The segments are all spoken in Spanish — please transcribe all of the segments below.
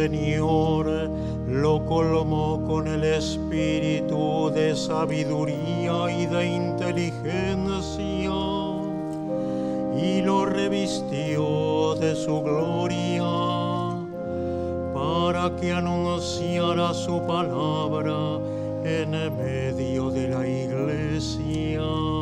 Señor lo colmó con el espíritu de sabiduría y de inteligencia y lo revistió de su gloria para que anunciara su palabra en medio de la iglesia.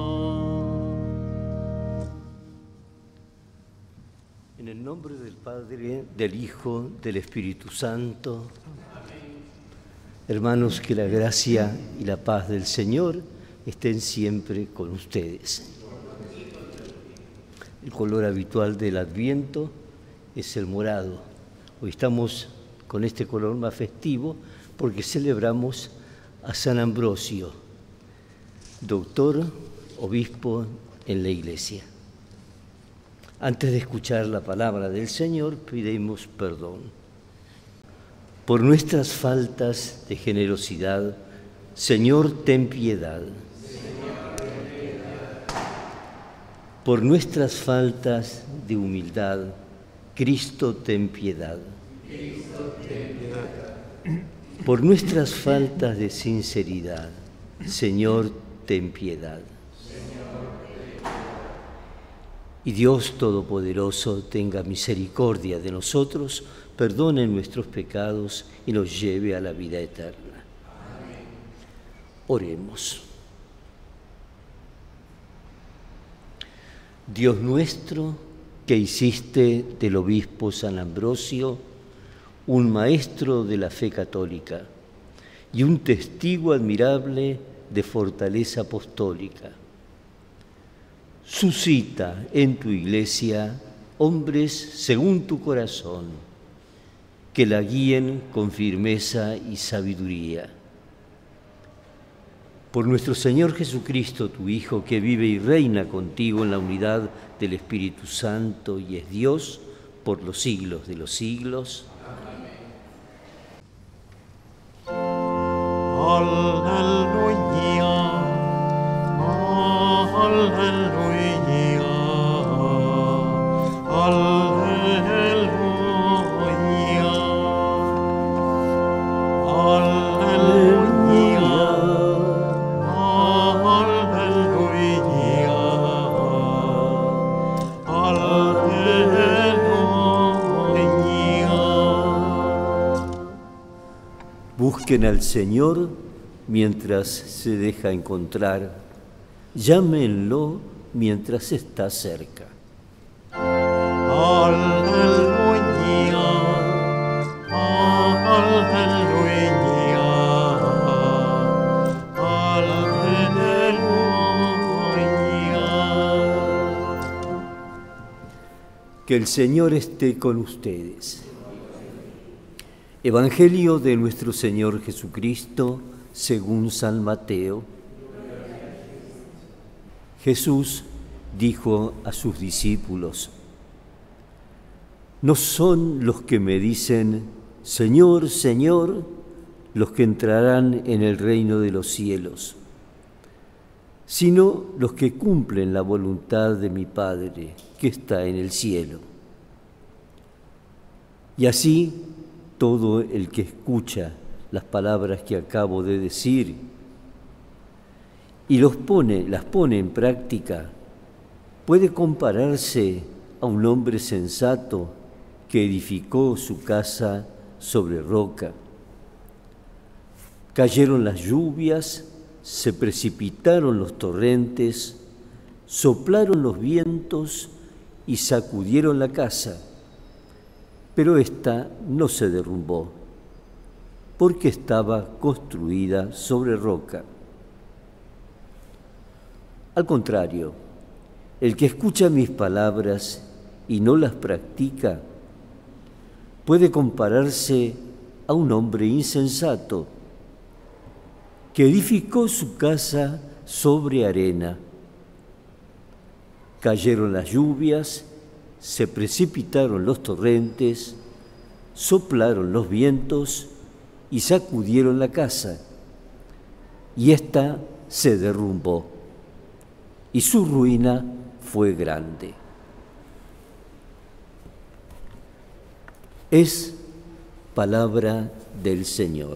En el nombre del Padre, del Hijo, del Espíritu Santo. Amén. Hermanos, que la gracia y la paz del Señor estén siempre con ustedes. El color habitual del Adviento es el morado. Hoy estamos con este color más festivo porque celebramos a San Ambrosio, doctor, obispo en la Iglesia. Antes de escuchar la palabra del Señor, pidamos perdón. Por nuestras faltas de generosidad, Señor, ten piedad. Por nuestras faltas de humildad, Cristo, ten piedad. Por nuestras faltas de sinceridad, Señor, ten piedad. Y Dios Todopoderoso tenga misericordia de nosotros, perdone nuestros pecados y nos lleve a la vida eterna. Amén. Oremos. Dios nuestro, que hiciste del obispo San Ambrosio un maestro de la fe católica y un testigo admirable de fortaleza apostólica, suscita en tu Iglesia hombres según tu corazón, que la guíen con firmeza y sabiduría. Por nuestro Señor Jesucristo, tu Hijo, que vive y reina contigo en la unidad del Espíritu Santo y es Dios por los siglos de los siglos. Aleluya, aleluya, Busquen al Señor mientras se deja encontrar, llámenlo mientras está cerca. Aleluya, aleluya, aleluya. Que el Señor esté con ustedes. Evangelio de nuestro Señor Jesucristo según San Mateo. Jesús dijo a sus discípulos: no son los que me dicen, Señor, Señor, los que entrarán en el reino de los cielos, sino los que cumplen la voluntad de mi Padre que está en el cielo. Y así, todo el que escucha las palabras que acabo de decir y las pone en práctica, puede compararse a un hombre sensato que edificó su casa sobre roca. Cayeron las lluvias, se precipitaron los torrentes, soplaron los vientos y sacudieron la casa. Pero ésta no se derrumbó, porque estaba construida sobre roca. Al contrario, el que escucha mis palabras y no las practica, puede compararse a un hombre insensato que edificó su casa sobre arena. Cayeron las lluvias, se precipitaron los torrentes, soplaron los vientos y sacudieron la casa, y ésta se derrumbó, y su ruina fue grande. Es Palabra del Señor.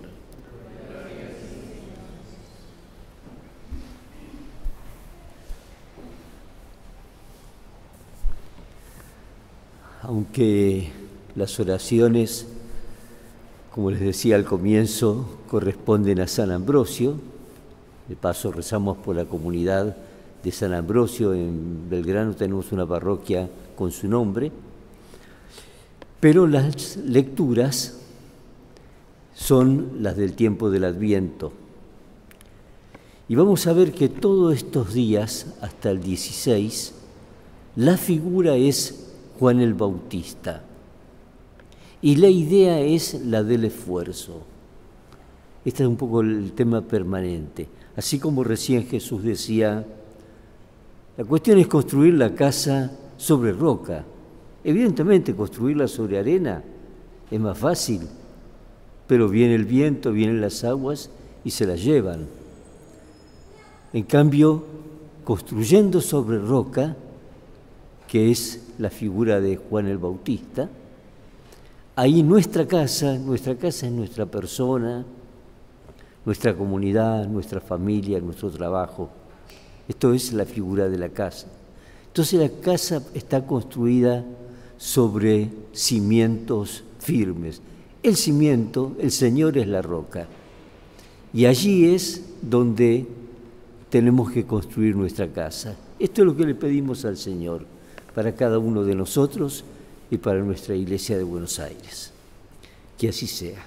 Aunque las oraciones, como les decía al comienzo, corresponden a San Ambrosio, de paso rezamos por la comunidad de San Ambrosio. En Belgrano tenemos una parroquia con su nombre, pero las lecturas son las del tiempo del Adviento. Y vamos a ver que todos estos días, hasta el 16, la figura es Juan el Bautista. Y la idea es la del esfuerzo. Este es un poco el tema permanente. Así como recién Jesús decía, la cuestión es construir la casa sobre roca. Evidentemente, construirla sobre arena es más fácil, pero viene el viento, vienen las aguas y se la llevan. En cambio, construyendo sobre roca, que es la figura de Juan el Bautista, ahí nuestra casa es nuestra persona, nuestra comunidad, nuestra familia, nuestro trabajo. Esto es la figura de la casa. Entonces la casa está construida sobre cimientos firmes. El cimiento, el Señor es la roca. Y allí es donde tenemos que construir nuestra casa. Esto es lo que le pedimos al Señor para cada uno de nosotros y para nuestra Iglesia de Buenos Aires. Que así sea.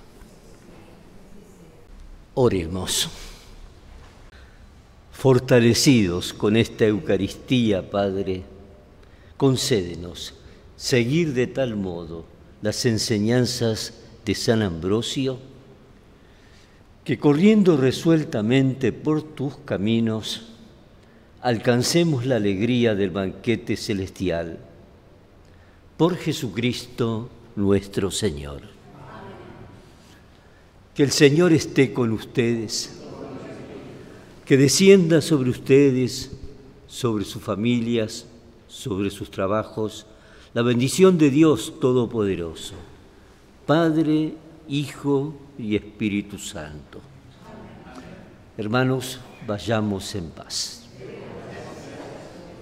Oremos. Fortalecidos con esta Eucaristía, Padre, concédenos seguir de tal modo las enseñanzas de San Ambrosio, que corriendo resueltamente por tus caminos, alcancemos la alegría del banquete celestial. Por Jesucristo nuestro Señor. Que el Señor esté con ustedes, que descienda sobre ustedes, sobre sus familias, sobre sus trabajos, la bendición de Dios Todopoderoso, Padre, Hijo y Espíritu Santo. Hermanos, vayamos en paz.